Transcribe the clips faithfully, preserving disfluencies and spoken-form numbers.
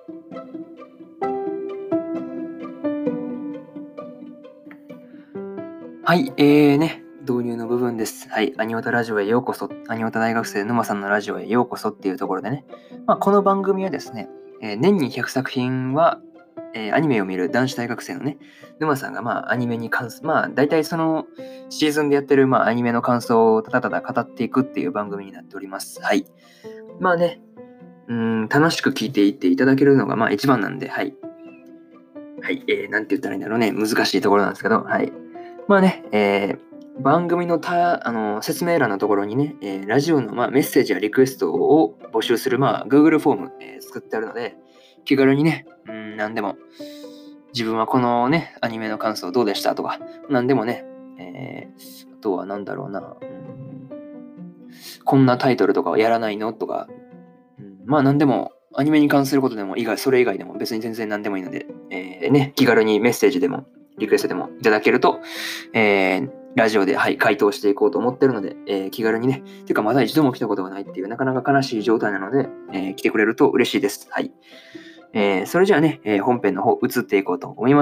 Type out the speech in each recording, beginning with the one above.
はい、えーね、導入の部分です。はい、アニオタラジオへようこそ。アニオタ大学生沼さんのラジオへようこそっていうところでね、まあ、この番組はですね、えー年にひゃくさく品は、えーアニメを見る男子大学生のね、沼さんがまあアニメに関す、まあ大体そのシーズンでやってるまあアニメの感想をただただ語っていくっていう番組になっております。はい。まあね、うーん、楽しく聞いていっていただけるのがまあ一番なんで、はい。はい、えー、なんて言ったらいいんだろうね、難しいところなんですけど、はい。まあね、えー番組のたあの説明欄のところにね、えーラジオの、まあ、メッセージやリクエストを募集する、まあ、Google フォーム、えー作ってあるので、気軽にね、うん、何でも、自分はこのね、アニメの感想どうでしたとか、何でもね、えーあとは何だろうな、うんこんなタイトルとかはやらないのとか、うんまあ何でも、アニメに関することでも、以外、それ以外でも別に全然何でもいいので、えーね、気軽にメッセージでも、リクエストでもいただけると、えーラジオで、はい、回答していこうと思ってるので、えー気軽にね、ていうかまだ一度も来たことがないっていう、なかなか悲しい状態なので、えー来てくれると嬉しいです。はい。えーそれじゃあね、えー本編の方、移っていこうと思います。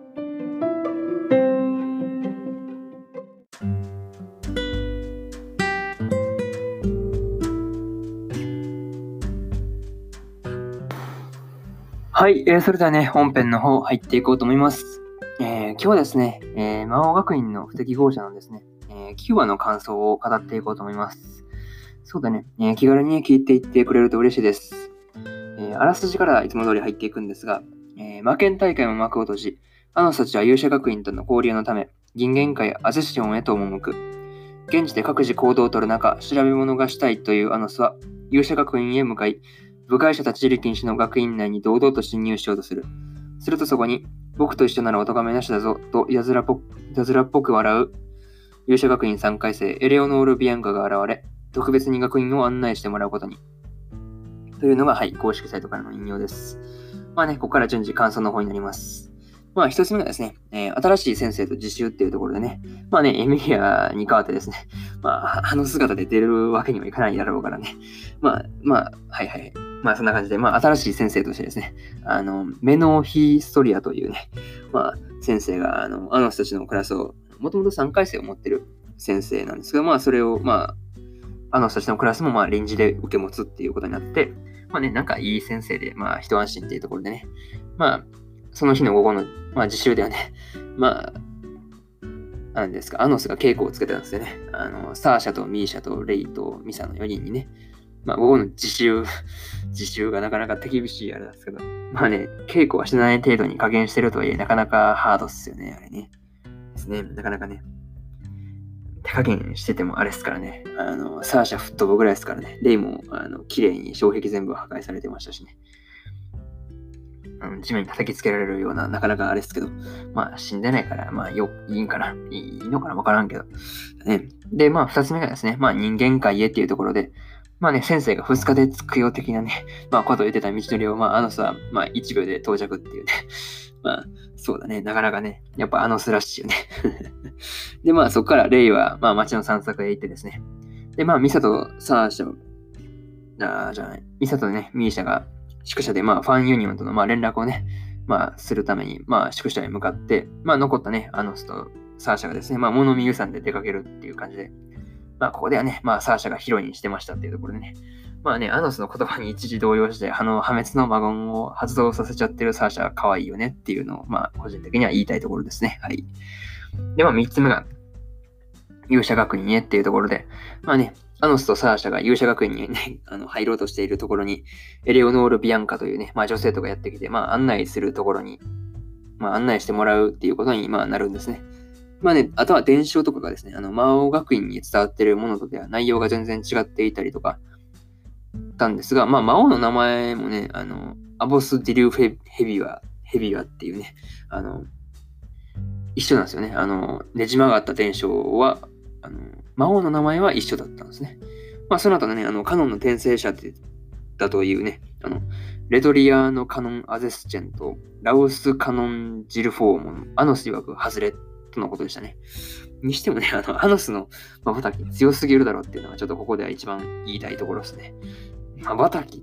はい、えーそれではね、本編の方、入っていこうと思います。えー今日はですね、えー魔王学院の不適合者のですね、えーきゅうわの感想を語っていこうと思います。そうだね、えー気軽に聞いていってくれると嬉しいです。えーあらすじからいつも通り入っていくんですが、えー魔剣大会も幕を閉じ、あの人たちは勇者学院との交流のため、銀元界アゼシオンへと赴く。現地で各自行動を取る中、調べ物がしたいというアノスは、勇者学院へ向かい、部外者たち入り禁止の学院内に堂々と侵入しようとする。するとそこに、僕と一緒ならお咎めなしだぞ、といたずらっぽいたずらっぽく笑う勇者学院さんかい生エレオノール・ビアンカが現れ、特別に学院を案内してもらうことに。というのが、はい、公式サイトからの引用です。まあね、ここから順次感想の方になります。まあ、一つ目がですね、えー新しい先生と自習っていうところでね、まあね、エミリアに代わってですね、まあ、あの姿で出るわけにはいかないだろうからね。まあ、まあ、はいはい。まあ、そんな感じで、まあ、新しい先生としてですね、あの、メノヒストリアというね、まあ、先生が、あの、あの人たちのクラスを、もともとさんかい生を持ってる先生なんですけど、まあ、それを、まあ、あの人たちのクラスも、まあ、臨時で受け持つっていうことになって、まあね、なんかいい先生で、まあ、一安心っていうところでね、まあ、その日の午後の、まあ、自習ではね、まあ、なんですか、アノスが稽古をつけてたんですよね。あの、サーシャとミーシャとレイとミサのよにんにね、まあ、午後の自習、自習がなかなか手厳しいあれなんですけど、まあね、稽古はしない程度に加減してるとはいえ、なかなかハードっすよね、あれね。ですね、なかなかね。手加減しててもあれですからね。あの、サーシャ吹っ飛ぶぐらいですからね。レイも、あの、綺麗に障壁全部破壊されてましたしね。あの地面に叩きつけられるような、なかなかあれですけど、まあ死んでないから、まあよ、いいんかな、いいのかな、わからんけど。ね、で、まあ二つ目がですね、まあ人間界へっていうところで、まあね、先生が二日で着くよ的なね、まあことを言ってた道のりを、まああのさ、まあ一秒で到着っていうね。まあ、そうだね、なかなかね、やっぱあのスらしいよね。で、まあそこからレイは、まあ街の散策へ行ってですね。で、まあミサとサーシャ、あじゃない、ミサとね、ミーシャが、宿舎で、まあ、ファンユニオンとの、まあ、連絡をね、まあ、するために、まあ、宿舎へ向かって、まあ、残ったね、アノスとサーシャがですね、まあ、物見湯さんで出かけるっていう感じで、まあ、ここではね、まあ、サーシャがヒロインしてましたっていうところでね、まあね、アノスの言葉に一時動揺して、あの、破滅の魔言を発動させちゃってるサーシャは可愛いよねっていうのを、まあ、個人的には言いたいところですね。はい。で、まあ、三つ目が、勇者学院へっていうところで、まあね、アノスとサーシャが勇者学院にね、あの入ろうとしているところに、エレオノール・ビアンカというね、まあ女性とかやってきて、まあ案内するところに、まあ案内してもらうっていうことに、まあなるんですね。まあね、あとは伝承とかがですね、あの、魔王学院に伝わっているものとでは内容が全然違っていたりとか、たんですが、まあ魔王の名前もね、あの、アボス・ディリューフェ・ヘビワ、ヘビワっていうね、あの、一緒なんですよね。あの、ねじ曲がった伝承は、あの、魔王の名前は一緒だったんですね。まあ、その後のね、あの、カノンの転生者だというね、あの、レトリアーノ・カノン・アゼスチェンとラウス・カノン・ジルフォーモのアノス曰く外れとのことでしたね。にしてもね、あの、アノスの瞬き強すぎるだろうっていうのがちょっとここでは一番言いたいところですね。瞬きってね、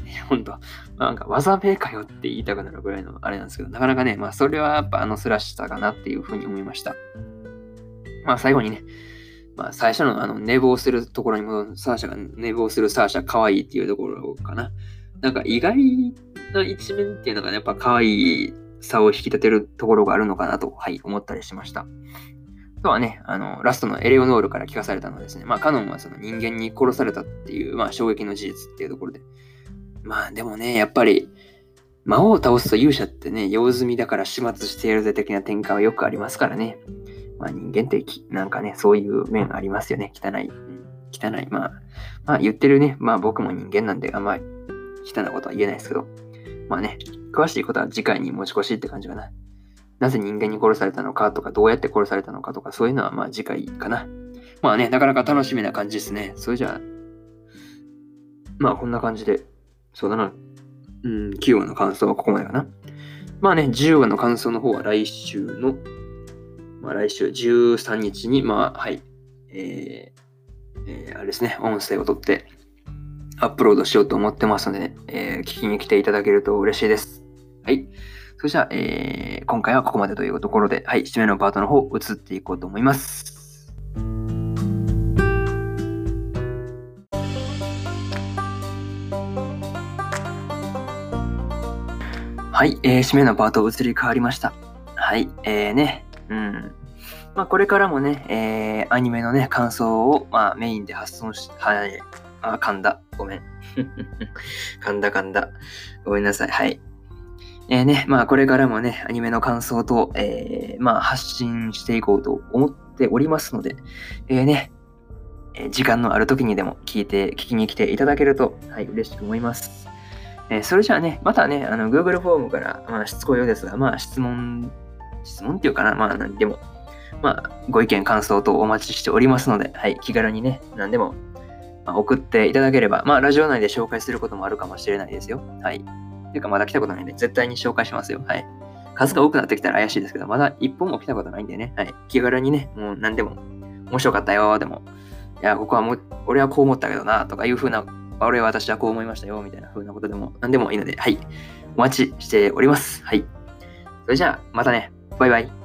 ほんと、なんか技名かよって言いたくなるぐらいのあれなんですけど、なかなかね、まあそれはやっぱあのスラッシュさかなっていうふうに思いました。まあ最後にね、まあ最初のあの寝坊するところにも、サーシャが寝坊するサーシャ可愛いっていうところかな。なんか意外な一面っていうのがね、やっぱ可愛いさを引き立てるところがあるのかなと、はい、思ったりしました。あとはね、あの、ラストのエレオノールから聞かされたのはですね、まあ、カノンはその人間に殺されたっていう、まあ、衝撃の事実っていうところで。まあ、でもね、やっぱり、魔王を倒すと勇者ってね、用済みだから始末してやるぜ的な展開はよくありますからね。まあ、人間ってなんかね、そういう面ありますよね。汚い。うん、汚い。まあ、まあ、言ってるね、まあ僕も人間なんで、あんまり汚いことは言えないですけど、まあね、詳しいことは次回に持ち越しって感じかな。なぜ人間に殺されたのかとか、どうやって殺されたのかとか、そういうのはまあ次回かな。まあね、なかなか楽しみな感じですね。それじゃあ、まあこんな感じで、そうだな。うん、きゅうわの感想はここまでかな。まあね、じゅうわの感想の方は来週の、まあ来週じゅうさんにちに、まあはい、えー、えー、あれですね、音声を取ってアップロードしようと思ってますので、ね、えー、聞きに来ていただけると嬉しいです。はい。それじゃあ、えー、今回はここまでというところで、はい、締めのパートの方、移っていこうと思います。はい、えー、締めのパート移り変わりました。はい、えーね、うん。まあ、これからもね、えー、アニメのね、感想を、まあ、メインで発送し、はい、あ、噛んだ。ごめん。噛んだ噛んだ。ごめんなさい。はい。えー、ね、まあこれからもね、アニメの感想と、えー、まあ発信していこうと思っておりますので、えー、ね、えー、時間のある時にでも聞いて、聞きに来ていただけると、はい、嬉しく思います。えー、それじゃあね、またね、あの、Google フォームから、まあしつこいようですが、まあ質問、質問っていうかな、まあ何でも、まあご意見、感想とお待ちしておりますので、はい、気軽にね、何でも、まあ、送っていただければ、まあラジオ内で紹介することもあるかもしれないですよ。はい。ていうかまだ来たことないんで、絶対に紹介しますよ。はい。数が多くなってきたら怪しいですけど、まだ一本も来たことないんでね。はい。気軽にね、もう何でも、面白かったよ、でも、いや、ここはもう、俺はこう思ったけどな、とかいう風な、俺は私はこう思いましたよ、みたいな風なことでも、何でもいいので、はい。お待ちしております。はい。それじゃあ、またね。バイバイ。